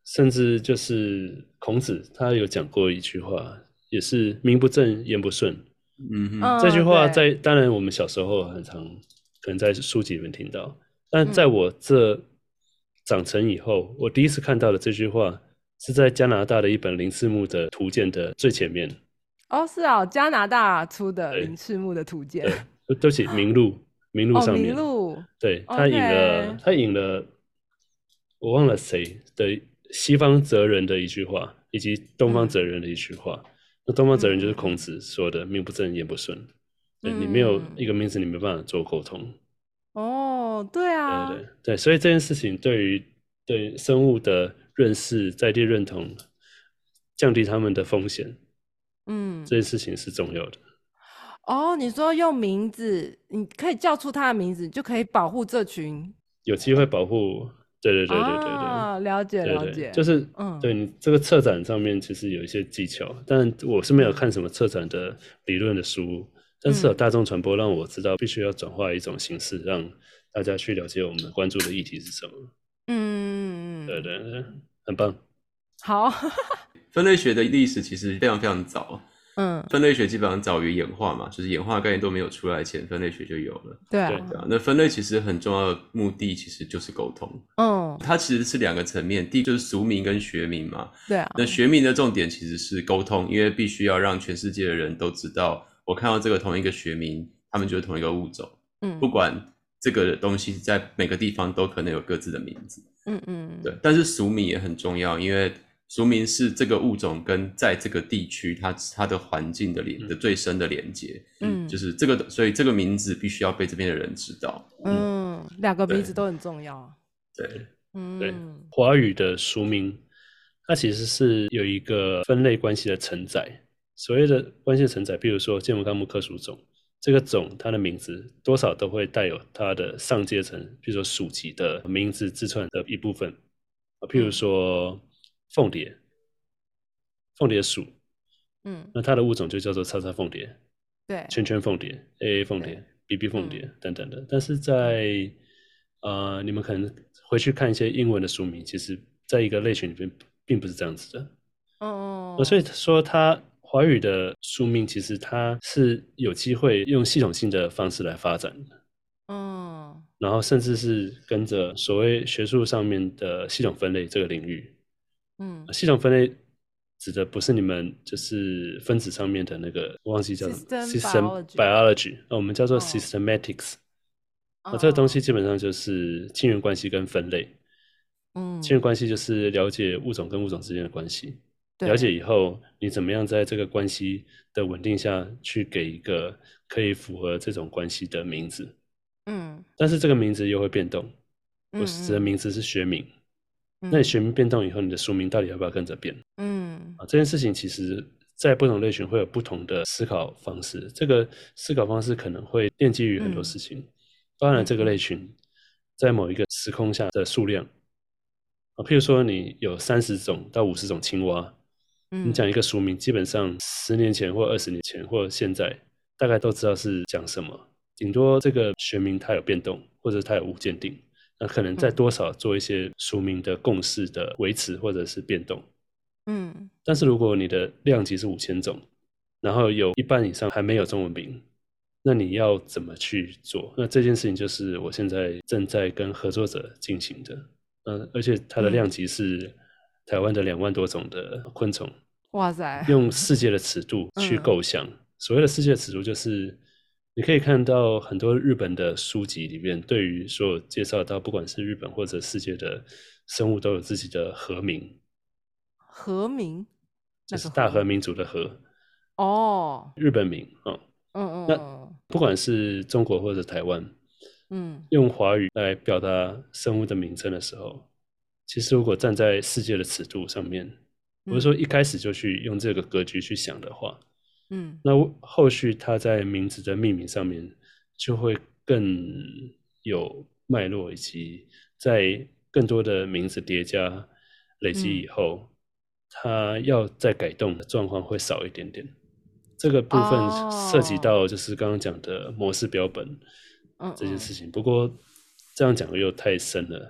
[SPEAKER 1] 甚至就是孔子他有讲过一句话，也是名不正言不顺。
[SPEAKER 3] 嗯哼，
[SPEAKER 2] 嗯，
[SPEAKER 1] 这句话
[SPEAKER 2] 对
[SPEAKER 1] 在当然我们小时候很常可能在书籍里面听到，但在我这长成以后，我第一次看到的这句话是在加拿大的一本林次木的图鉴的最前面。
[SPEAKER 2] 哦，是哦，加拿大出的
[SPEAKER 1] 对
[SPEAKER 2] 林赤木的图鉴。
[SPEAKER 1] 对，对不起，名录，名录
[SPEAKER 2] 哦，
[SPEAKER 1] 上面，
[SPEAKER 2] 名录，
[SPEAKER 1] 对，他引了
[SPEAKER 2] OK
[SPEAKER 1] 他引了我忘了谁的西方哲人的一句话，以及东方哲人的一句话。那东方哲人就是孔子说的“名不正言不顺”，对，你没有一个名字，你没办法做沟通。
[SPEAKER 2] 哦，对啊，
[SPEAKER 1] 对对对，所以这件事情对于对生物的认识、在地认同，降低他们的风险，
[SPEAKER 2] 嗯，
[SPEAKER 1] 这件事情是重要的。
[SPEAKER 2] 哦，你说用名字，你可以叫出他的名字，就可以保护这群。
[SPEAKER 1] 有机会保护，对对对对对对，
[SPEAKER 2] 啊，了解
[SPEAKER 1] 对对，
[SPEAKER 2] 了解，
[SPEAKER 1] 就是
[SPEAKER 2] 嗯，
[SPEAKER 1] 对你这个策展上面其实有一些技巧，但我是没有看什么策展的理论的书，但是有大众传播让我知道必须要转化一种形式，让大家去了解我们关注的议题是什么。
[SPEAKER 2] 嗯，
[SPEAKER 1] 对对对，很棒。
[SPEAKER 2] 好，
[SPEAKER 3] 分类学的历史其实非常非常早，
[SPEAKER 2] 嗯，
[SPEAKER 3] 分类学基本上早于演化嘛，就是演化概念都没有出来前，分类学就有了。
[SPEAKER 2] 对啊，
[SPEAKER 3] 对啊，那分类其实很重要的目的其实就是沟通。
[SPEAKER 2] 嗯，
[SPEAKER 3] 它其实是两个层面，第一就是俗名跟学名嘛。
[SPEAKER 2] 对啊，
[SPEAKER 3] 那学名的重点其实是沟通，因为必须要让全世界的人都知道，我看到这个同一个学名，他们就是同一个物种。
[SPEAKER 2] 嗯，
[SPEAKER 3] 不管这个东西在每个地方都可能有各自的名字。
[SPEAKER 2] 嗯嗯，
[SPEAKER 3] 对，但是俗名也很重要，因为俗名是这个物种跟在这个地区它它的环境的连的最深的连接，
[SPEAKER 2] 嗯，
[SPEAKER 3] 就是这个，所以这个名字必须要被这边的人知道。
[SPEAKER 2] 嗯，两个名字都很重要。
[SPEAKER 3] 对，
[SPEAKER 2] 嗯，
[SPEAKER 1] 对，华语的俗名，它其实是有一个分类关系的承载。所谓的关系的承载，比如说剑纹纲目科属种，这个种它的名字多少都会带有它的上阶层，比如说属级的名字字串的一部分。譬如说凤蝶，凤蝶属，嗯，那它的物种就叫做叉叉凤蝶，
[SPEAKER 2] 对，
[SPEAKER 1] 圈圈凤蝶、A A 凤蝶、B B 凤蝶、嗯、等等的。但是在呃，你们可能回去看一些英文的书名，其实在一个类群里面并不是这样子的。哦，所以说它华语的书名其实它是有机会用系统性的方式来发展的。嗯，然后甚至是跟着所谓学术上面的系统分类这个领域。嗯，系统分类指的不是你们就是分子上面的那个，我忘记叫什么 System Biology， 我们叫做 Systematics。哦，那这个东西基本上就是亲缘关系跟分类。嗯，亲缘关系就是了解物种跟物种之间的关系，了解以后你怎么样在这个关系的稳定下去给一个可以符合这种关系的名字。嗯，但是这个名字又会变动，我指的名字是学名。嗯，那你学名变动以后，你的俗名到底要不要跟着变？嗯，啊，这件事情其实在不同类群会有不同的思考方式，这个思考方式可能会奠基于很多事情，包含了这个类群在某一个时空下的数量。啊，譬如说你有三十种到五十种青蛙，嗯，你讲一个俗名，基本上十年前或二十年前或现在，大概都知道是讲什么。顶多这个学名它有变动，或者它有无鉴定，那可能再多少做一些俗名的共识的维持或者是变动。嗯，但是如果你的量级是五千种，然后有一半以上还没有中文名，那你要怎么去做？那这件事情就是我现在正在跟合作者进行的。嗯，而且它的量级是台湾的两万多种的昆虫。哇塞！用世界的尺度去构想，嗯，所谓的世界的尺度就是你可以看到很多日本的书籍里面，对于所有介绍到不管是日本或者世界的生物都有自己的和名。和名？就是大和民族的和。哦。日本名。哦，嗯嗯。那不管是中国或者台湾，嗯，用华语来表达生物的名称的时候，其实如果站在世界的尺度上面，不是说一开始就去用这个格局去想的话，嗯，那后续它在名字的命名上面就会更有脉络，以及在更多的名字叠加累积以后，嗯，它要再改动的状况会少一点点。这个部分涉及到就是刚刚讲的模式标本这件事情，不过这样讲又太深了。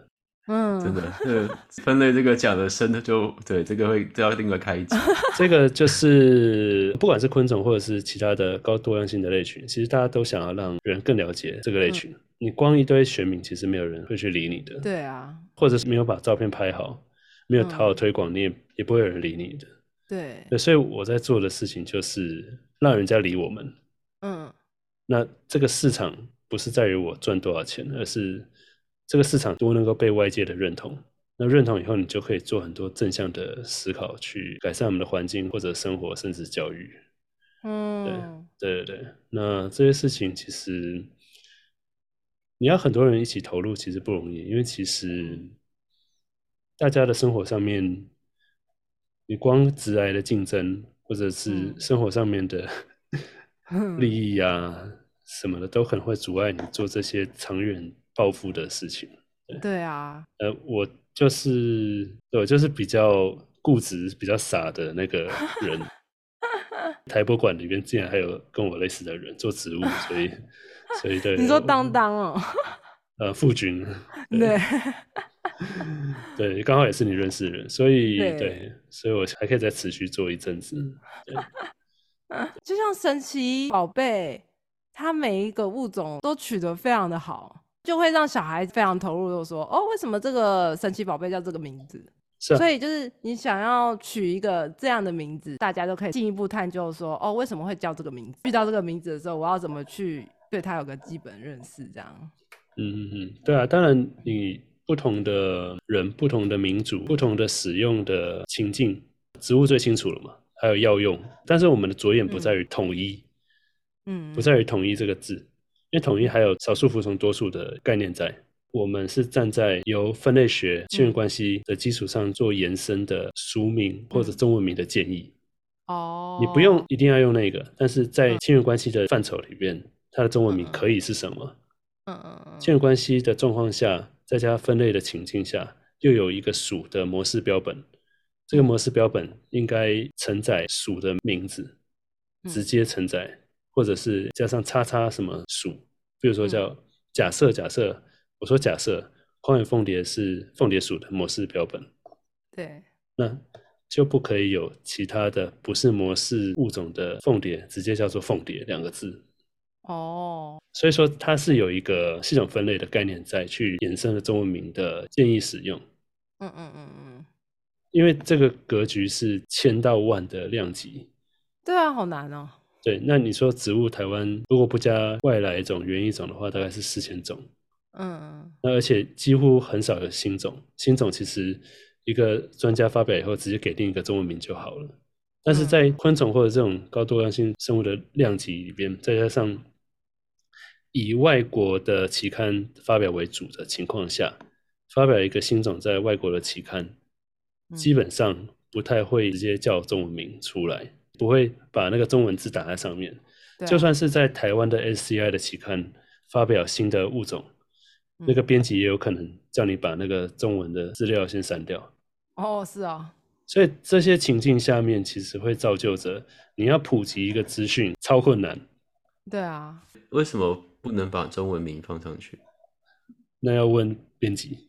[SPEAKER 2] 嗯，
[SPEAKER 3] 真的，这个分类这个讲的深的就对，这个会这要另外开一集。
[SPEAKER 1] 这个就是不管是昆虫或者是其他的高多样性的类群，其实大家都想要让人更了解这个类群。嗯、你光一堆学名，其实没有人会去理你的。
[SPEAKER 2] 对啊，
[SPEAKER 1] 或者是没有把照片拍好，没有好好推广，嗯、你也也不会有人理你的。
[SPEAKER 2] 对，
[SPEAKER 1] 对，所以我在做的事情就是让人家理我们。嗯，那这个市场不是在于我赚多少钱，而是这个市场多能够被外界的认同。那认同以后，你就可以做很多正向的思考，去改善我们的环境或者生活，甚至教育。嗯，对对对对。那这些事情其实你要很多人一起投入，其实不容易，因为其实大家的生活上面，你光直来的竞争，或者是生活上面的、嗯、利益啊什么的，都很会阻碍你做这些长远抱负的事情。对,
[SPEAKER 2] 对啊，
[SPEAKER 1] 呃，我就是我就是比较固执、比较傻的那个人。台博馆里面竟然还有跟我类似的人做植物，所以所以对。
[SPEAKER 2] 你说当当哦？
[SPEAKER 1] 呃，傅君。
[SPEAKER 2] 对。
[SPEAKER 1] 对，刚好也是你认识的人，所以 对, 对，所以我还可以再持续做一阵子。对，
[SPEAKER 2] 就像神奇宝贝，它每一个物种都取得非常的好，就会让小孩非常投入，就说哦，为什么这个神奇宝贝叫这个名字？是啊，所以就是你想要取一个这样的名字，大家都可以进一步探究说，哦，为什么会叫这个名字？遇到这个名字的时候，我要怎么去对它有个基本认识？这样。
[SPEAKER 1] 嗯嗯嗯，对啊，当然你不同的人、不同的民族、不同的使用的情境，植物最清楚了嘛，还有药用，但是我们的着眼不在于统一，嗯，不在于统一这个字，因为统一还有少数服从多数的概念在。我们是站在由分类学、亲缘关系的基础上做延伸的俗名或者中文名的建议。哦、嗯，你不用一定要用那个，但是在亲缘关系的范畴里边，它的中文名可以是什么？嗯嗯嗯，亲缘关系的状况下，再加分类的情境下，又有一个属的模式标本。这个模式标本应该承载属的名字，直接承载，嗯、或者是加上叉叉什么属，比如说叫、嗯、假设假设，我说假设荒野凤蝶是凤蝶属的模式标本，对，那就不可以有其他的不是模式物种的凤蝶直接叫做凤蝶两个字。哦，所以说它是有一个系统分类的概念在，去衍生了中文名的建议使用。嗯嗯嗯嗯，因为这个格局是千到万的量级。
[SPEAKER 2] 对啊，好难哦。
[SPEAKER 1] 对，那你说植物台湾如果不加外来种、原异种的话，大概是四千种。嗯嗯。那而且几乎很少有新种，新种其实一个专家发表以后，直接给定一个中文名就好了。但是在昆虫或者这种高多样性生物的量级里边，再加上以外国的期刊发表为主的情况下，发表一个新种在外国的期刊，基本上不太会直接叫中文名出来，不会把那个中文字打在上面。啊、就算是在台湾的 S C I 的期刊发表新的物种，嗯、那个编辑也有可能叫你把那个中文的资料先删掉。
[SPEAKER 2] 哦，是啊。
[SPEAKER 1] 所以这些情境下面，其实会造就着你要普及一个资讯超困难。
[SPEAKER 2] 对啊。
[SPEAKER 3] 为什么不能把中文名放上去？
[SPEAKER 1] 那要问编辑。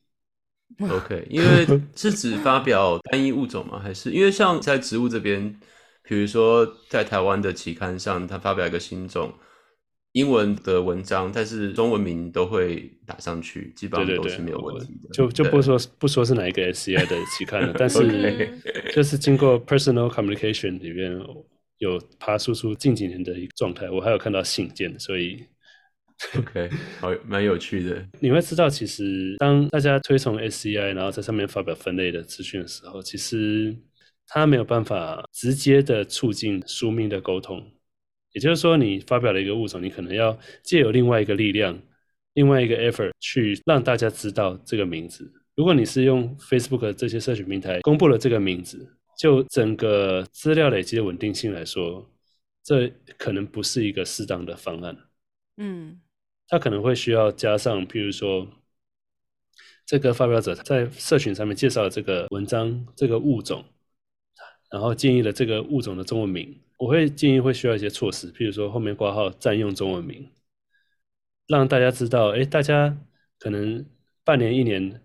[SPEAKER 3] OK， 因为是指发表单一物种吗？还是因为像在植物这边，比如说在台湾的期刊上，它发表一个新种英文的文章，但是中文名都会打上去，基本上都是没有问题的。
[SPEAKER 1] 对对对，就就不说不说是哪一个 S C I 的期刊了，但是就是经过 personal communication 里面有爬输出近几年的一个状态，我还有看到信件，所以。
[SPEAKER 3] OK， 好，蛮有趣的。
[SPEAKER 1] 你会知道，其实当大家推崇 S C I， 然后在上面发表分类的资讯的时候，其实它没有办法直接的促进书名的沟通。也就是说，你发表了一个物种，你可能要借由另外一个力量、另外一个 effort 去让大家知道这个名字。如果你是用 Facebook 这些社群平台公布了这个名字，就整个资料累积的稳定性来说，这可能不是一个适当的方案。嗯。他可能会需要加上，譬如说，这个发表者在社群上面介绍了这个文章、这个物种，然后建议了这个物种的中文名。我会建议会需要一些措施，譬如说后面括号占用中文名，让大家知道，哎，大家可能半年、一年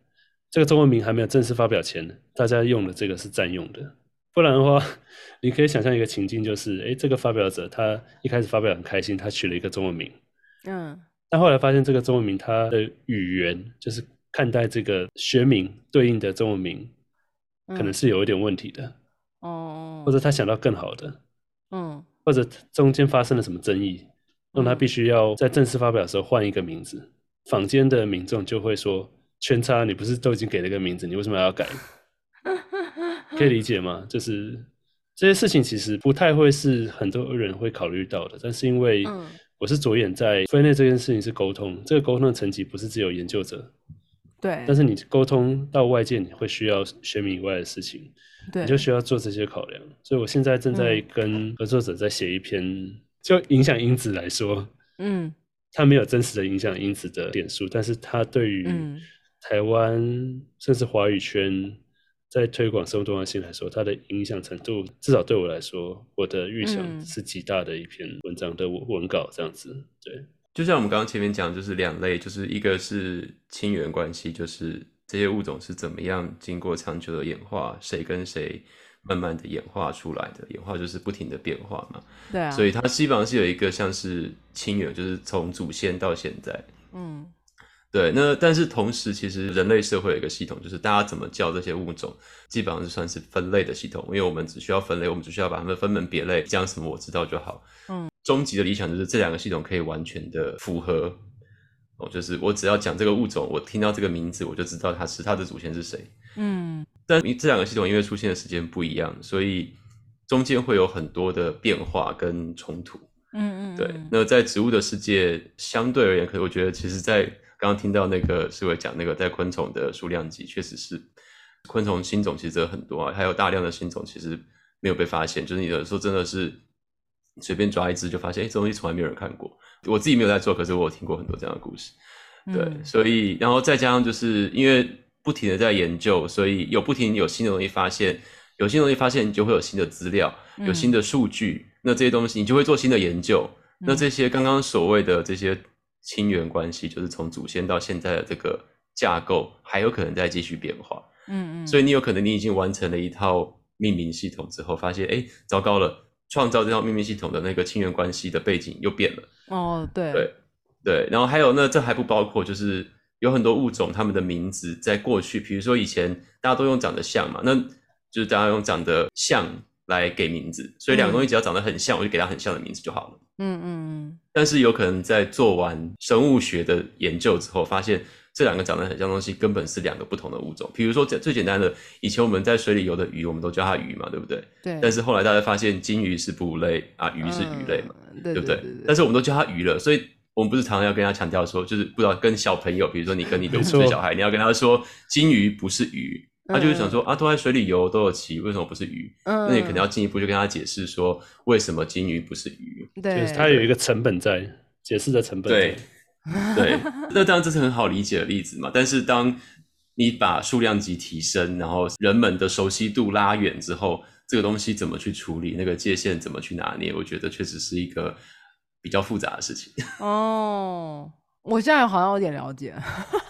[SPEAKER 1] 这个中文名还没有正式发表前，大家用的这个是占用的。不然的话，你可以想象一个情境，就是诶这个发表者他一开始发表很开心，他取了一个中文名，嗯，但后来发现这个中文名它的语言就是看待这个学名对应的中文名，嗯，可能是有一点问题的，哦，或者他想到更好的，嗯，或者中间发生了什么争议，让他必须要在正式发表的时候换一个名字，坊间的民众就会说，圈叉你不是都已经给了一个名字，你为什么还要改？可以理解吗？就是这些事情其实不太会是很多人会考虑到的，但是因为我是着眼在分类这件事情是沟通，这个沟通的层级不是只有研究者，对，但是你沟通到外界，你会需要学名以外的事情，对，你就需要做这些考量。所以我现在正在跟合作者在写一篇，嗯，就影响因子来说，嗯，它没有真实的影响因子的点数，但是它对于台湾甚至华语圈在推广生物多样性来说，它的影响程度，至少对我来说，我的预想是极大的一篇文章的文稿这样子。对，
[SPEAKER 3] 就像我们刚刚前面讲，就是两类，就是一个是亲缘关系，就是这些物种是怎么样经过长久的演化，谁跟谁慢慢的演化出来的，演化就是不停的变化嘛。对啊，所以它基本上是有一个像是亲缘，就是从祖先到现在。嗯。对，那但是同时，其实人类社会有一个系统，就是大家怎么叫这些物种，基本上是算是分类的系统，因为我们只需要分类，我们只需要把它们分门别类，讲什么我知道就好。嗯，终极的理想就是这两个系统可以完全的符合，哦，就是我只要讲这个物种，我听到这个名字，我就知道它是它的祖先是谁。嗯，但这两个系统因为出现的时间不一样，所以中间会有很多的变化跟冲突。嗯嗯，对。那在植物的世界相对而言，可是我觉得其实在刚刚听到那个世伟讲那个在昆虫的数量级，确实是昆虫新种其实真的很多啊，还有大量的新种其实没有被发现，就是你有时候真的是随便抓一只就发现，哎，这东西从来没有人看过。我自己没有在做，可是我有听过很多这样的故事。对，嗯，所以然后再加上就是因为不停的在研究，所以有不停有新的东西发现，有新的东西发现，你就会有新的资料，有新的数据，嗯，那这些东西你就会做新的研究。嗯，那这些刚刚所谓的这些亲缘关系，就是从祖先到现在的这个架构，还有可能再继续变化。嗯嗯，所以你有可能你已经完成了一套命名系统之后，发现哎，糟糕了，创造这套命名系统的那个亲缘关系的背景又变了。哦，对对对，然后还有呢，这还不包括就是有很多物种，它们的名字在过去，比如说以前大家都用长得像嘛，那就是大家用长得像来给名字，所以两个东西只要长得很像，嗯，我就给它很像的名字就好了。嗯嗯嗯。但是有可能在做完生物学的研究之后，发现这两个长得很像的东西根本是两个不同的物种。比如说最简单的，以前我们在水里游的鱼，我们都叫它鱼嘛，对不对？对。但是后来大家发现金鱼是哺乳类啊，鱼是鱼类嘛，嗯，对不对？对对对对，但是我们都叫它鱼了，所以我们不是常常要跟他强调说，就是不知道跟小朋友，比如说你跟你的五岁小孩，你要跟他说金鱼不是鱼。他就会想说，嗯，啊，都在水里游，都有鳍，为什么不是鱼？嗯，那你可能要进一步就跟他解释说，为什么金鱼不是鱼？
[SPEAKER 1] 对，就是它有一个成本在，解释的成本在。
[SPEAKER 3] 对，对，那当然这是很好理解的例子嘛。但是当你把数量级提升，然后人们的熟悉度拉远之后，这个东西怎么去处理，那个界限怎么去拿捏，我觉得确实是一个比较复杂的事情。
[SPEAKER 2] 哦，我现在好像有点了解。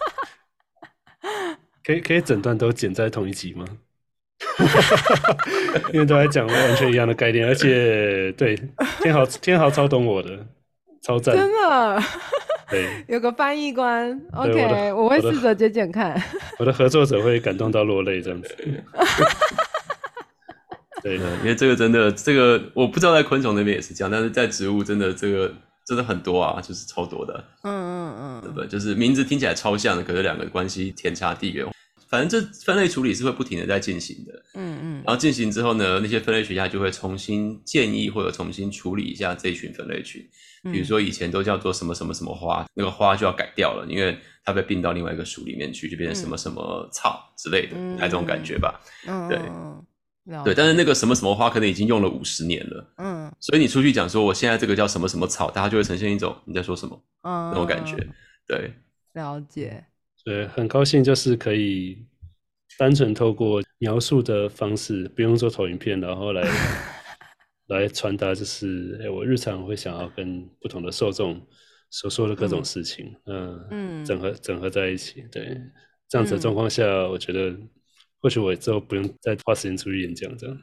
[SPEAKER 1] 可以可以整段都剪在同一集吗？因为都在讲完全一样的概念，而且对天豪天豪超懂我的，超赞，
[SPEAKER 2] 真的。
[SPEAKER 1] 对，
[SPEAKER 2] 有个翻译官 ，OK， 我, 我会试着剪剪看。
[SPEAKER 1] 我的合作者会感动到落泪，这样子。对，
[SPEAKER 3] 因为这个真的，这个我不知道在昆虫那边也是这样，但是在植物真的这个真的很多啊，就是超多的。嗯嗯嗯，对不对？就是名字听起来超像的，可是两个关系天差地远。反正这分类处理是会不停的在进行的。嗯嗯，然后进行之后呢，那些分类学家就会重新建议或者重新处理一下这一群分类群。比如说以前都叫做什么什么什么花，那个花就要改掉了，因为它被并到另外一个属里面去，就变成什么什么草之类的，嗯，还有这种感觉吧。嗯，对。对，但是那个什么什么花可能已经用了五十年了，嗯，所以你出去讲说我现在这个叫什么什么草，大家就会呈现一种你在说什么，嗯，那种感觉。对，
[SPEAKER 2] 了解。
[SPEAKER 1] 对，很高兴就是可以单纯透过描述的方式，不用做投影片，然后来来传达，就是哎，我日常会想要跟不同的受众所说的各种事情，嗯嗯，整合整合在一起，对。 这样子的状况下，嗯、我觉得或许我之后不用再花时间出去演讲这样，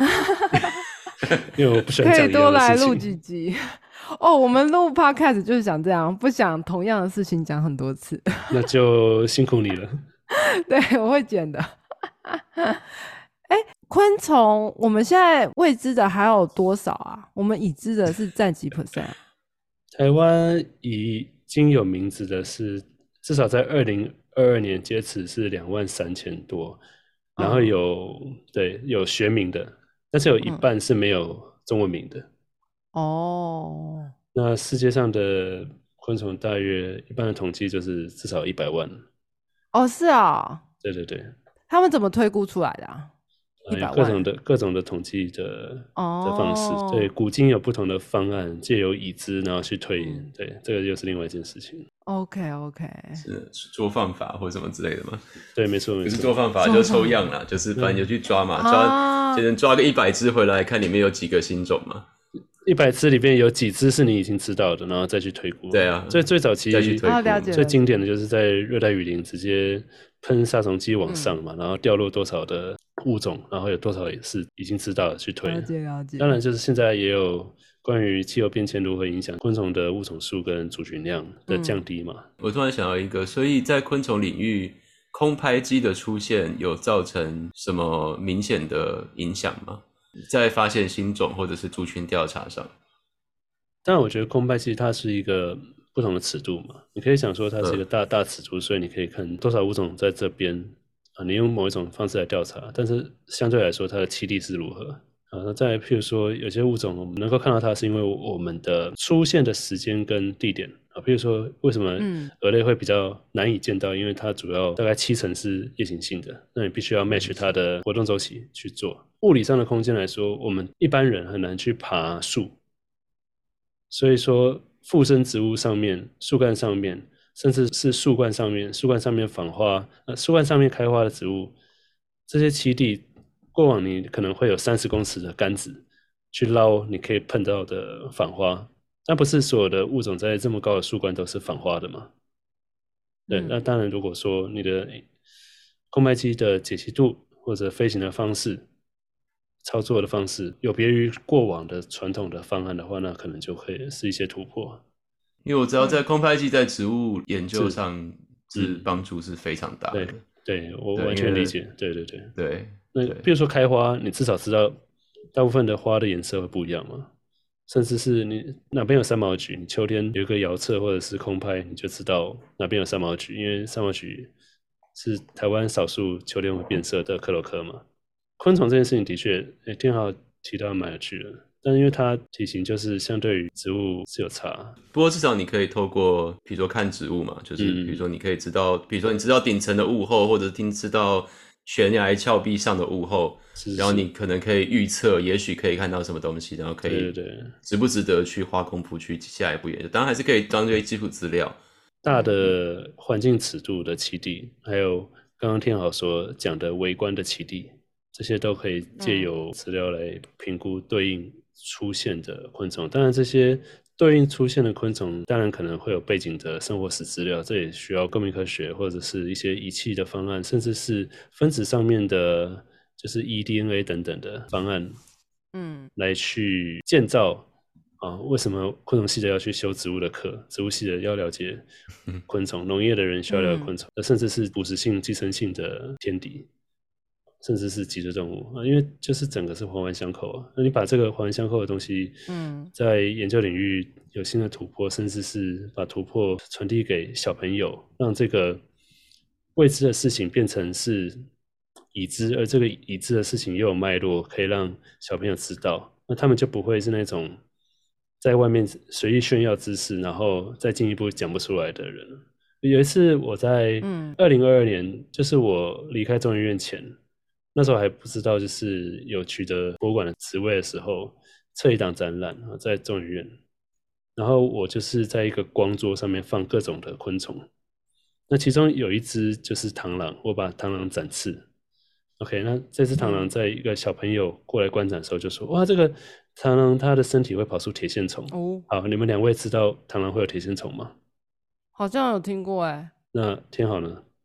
[SPEAKER 1] 因为我不喜欢讲一样的事情。可以
[SPEAKER 2] 多来录几集哦。我们录 podcast 就是想这样，不想同样的事情讲很多次。
[SPEAKER 1] 那就辛苦你了。
[SPEAKER 2] 对，我会剪的。哎，昆虫我们现在未知的还有多少啊？我们已知的是占几 percent 啊？
[SPEAKER 1] 台湾已经有名字的是至少在二零二二年截止是两万三千多，然后有、嗯、对有学名的，但是有一半是没有中文名的。
[SPEAKER 2] 哦、嗯，
[SPEAKER 1] 那世界上的昆虫大约一般的统计就是至少一百万。
[SPEAKER 2] 哦，是啊。
[SPEAKER 1] 对对对。
[SPEAKER 2] 他们怎么推估出来的啊？
[SPEAKER 1] 有各种的各种的统计的、哦、的方式，对，古今有不同的方案，借由已知然后去推、嗯，对，这个又是另外一件事情。
[SPEAKER 2] OK OK，
[SPEAKER 3] 是做放法或什么之类的吗？
[SPEAKER 1] 对，没错没错。
[SPEAKER 3] 不是做放法就抽样啦，就是反正就去抓嘛，抓就能抓个一百只回来，看里面有几个新种嘛。
[SPEAKER 1] 一百只里面有几只是你已经知道的，然后再去推估。对
[SPEAKER 3] 啊，
[SPEAKER 1] 最最早期
[SPEAKER 3] 再去推估、
[SPEAKER 2] 哦、
[SPEAKER 1] 最经典的就是在热带雨林直接喷杀虫剂往上嘛、嗯，然后掉落多少的物种，然后有多少也是已经知道的去推。
[SPEAKER 2] 了解了解。
[SPEAKER 1] 当然，就是现在也有关于气候变迁如何影响昆虫的物种数跟族群量的降低嘛。
[SPEAKER 3] 嗯、我突然想到一个，所以在昆虫领域，空拍机的出现有造成什么明显的影响吗？在发现新种或者是族群调查上？
[SPEAKER 1] 当然，我觉得空拍机它是一个不同的尺度嘛，你可以想说它是一个大、嗯、大尺度，所以你可以看多少物种在这边啊，你用某一种方式来调查，但是相对来说它的栖地是如何啊？那再譬如说有些物种我们能够看到它是因为我们的出现的时间跟地点啊，譬如说为什么蛾类会比较难以见到，因为它主要大概七成是夜行性的，那你必须要 match 它的活动周期去做。物理上的空间来说，我们一般人很难去爬树，所以说附生植物上面、树干上面，甚至是树冠上面、树冠上面访花、呃、树冠上面开花的植物，这些栖地过往你可能会有三十公尺的杆子去捞你可以碰到的访花，但不是所有的物种在这么高的树冠都是访花的嘛？对，那当然如果说你的空拍机的解析度或者飞行的方式、操作的方式有别于过往的传统的方案的话，那可能就会是一些突破。
[SPEAKER 3] 因为我知道在空拍机在植物研究上是帮助是非常大的。
[SPEAKER 1] 对，对我完全理解。对对对
[SPEAKER 3] 对。
[SPEAKER 1] 那比如说开花，你至少知道大部分的花的颜色会不一样嘛，甚至是你哪边有三毛菊，你秋天有一个遥测或者是空拍，你就知道哪边有三毛菊，因为三毛菊是台湾少数秋天会变色的克罗科嘛。昆虫这件事情的确，诶，天豪提到蛮有趣的，但因为它体型就是相对于植物是有差。
[SPEAKER 3] 不过至少你可以透过，比如说看植物嘛，就是比如说你可以知道，嗯、比如说你知道顶层的物候，或者听知道悬崖峭壁上的物候，是是然后你可能可以预测，也许可以看到什么东西，然后可以
[SPEAKER 1] 对对对
[SPEAKER 3] 值不值得去花功夫去下一步研究。当然还是可以当作基础资料。
[SPEAKER 1] 大的环境尺度的栖地，还有刚刚天豪所讲的微观的栖地。这些都可以借由资料来评估对应出现的昆虫、嗯、当然这些对应出现的昆虫当然可能会有背景的生活史资料，这也需要公民科学或者是一些仪器的方案，甚至是分子上面的就是 E D N A 等等的方案，嗯，来去建造啊，为什么昆虫系的要去修植物的课，植物系的要了解昆虫，农业的人需要了解昆虫、嗯、甚至是捕食性寄生性的天敌，甚至是脊椎动物啊，因为就是整个是环环相扣啊。那你把这个环环相扣的东西，嗯，在研究领域有新的突破，甚至是把突破传递给小朋友，让这个未知的事情变成是已知，而这个已知的事情又有脉络，可以让小朋友知道，那他们就不会是那种在外面随意炫耀知识，然后再进一步讲不出来的人。有一次我在二零二二年，就是我离开中研院前。那时候还不知道，就是有取得博物馆的职位的时候，测一档展览在中研院，然后我就是在一个光桌上面放各种的昆虫，那其中有一只就是螳螂，我把螳螂展翅。OK， 那这只螳螂在一个小朋友过来观展的时候就说：“哇，这个螳螂它的身体会跑出铁线虫。”哦，好，你们两位知道螳螂会有铁线虫吗？
[SPEAKER 2] 好像有听过哎。
[SPEAKER 1] 那天好呢？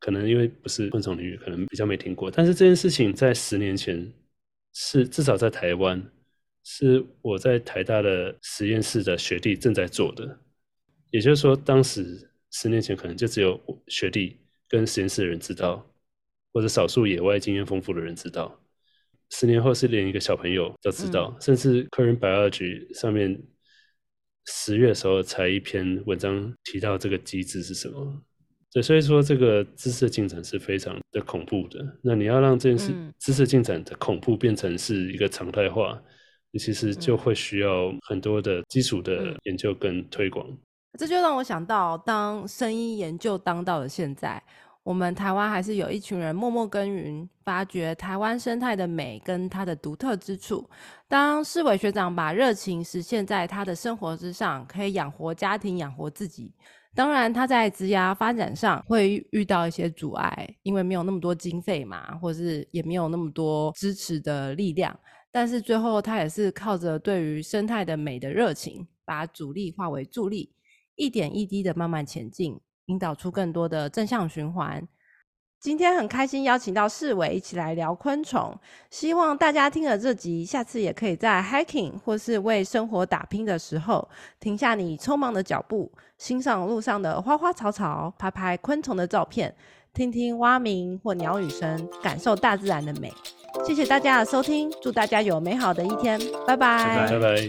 [SPEAKER 1] 可能因为不是昆虫领域，可能比较没听过。但是这件事情在十年前是至少在台湾，是我在台大的实验室的学弟正在做的。也就是说，当时十年前可能就只有学弟跟实验室的人知道，或者少数野外经验丰富的人知道。十年后是连一个小朋友都知道，嗯、甚至 Current Biology 上面十月的时候才一篇文章提到这个机制是什么。对，所以说这个知识进展是非常的恐怖的。那你要让这件事、嗯、知识进展的恐怖变成是一个常态化，你其实就会需要很多的基础的研究跟推广。嗯、
[SPEAKER 2] 这就让我想到，当生医研究当到了现在，我们台湾还是有一群人默默耕耘，发掘台湾生态的美跟它的独特之处。当世伟学长把热情实现在他的生活之上，可以养活家庭，养活自己。当然他在职涯发展上会遇到一些阻碍，因为没有那么多经费嘛，或是也没有那么多支持的力量，但是最后他也是靠着对于生态的美的热情，把阻力化为助力，一点一滴的慢慢前进，引导出更多的正向循环。今天很开心邀请到世伟一起来聊昆虫，希望大家听了这集，下次也可以在 hiking 或是为生活打拼的时候，停下你匆忙的脚步，欣赏路上的花花草草，拍拍昆虫的照片，听听蛙鸣或鸟语声，感受大自然的美。谢谢大家的收听，祝大家有美好的一天，拜拜，
[SPEAKER 1] 拜拜。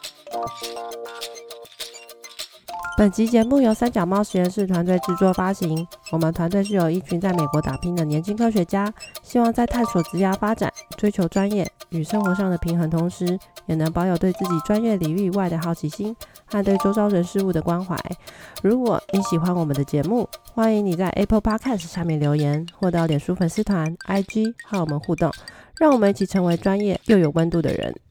[SPEAKER 2] 本集节目由三脚猫实验室团队制作发行。我们团队是由一群在美国打拼的年轻科学家，希望在探索职涯发展、追求专业与生活上的平衡同时，也能保有对自己专业领域以外的好奇心和对周遭人事物的关怀。如果你喜欢我们的节目，欢迎你在 Apple Podcast 下面留言，或到脸书粉丝团、I G 和我们互动，让我们一起成为专业又有温度的人。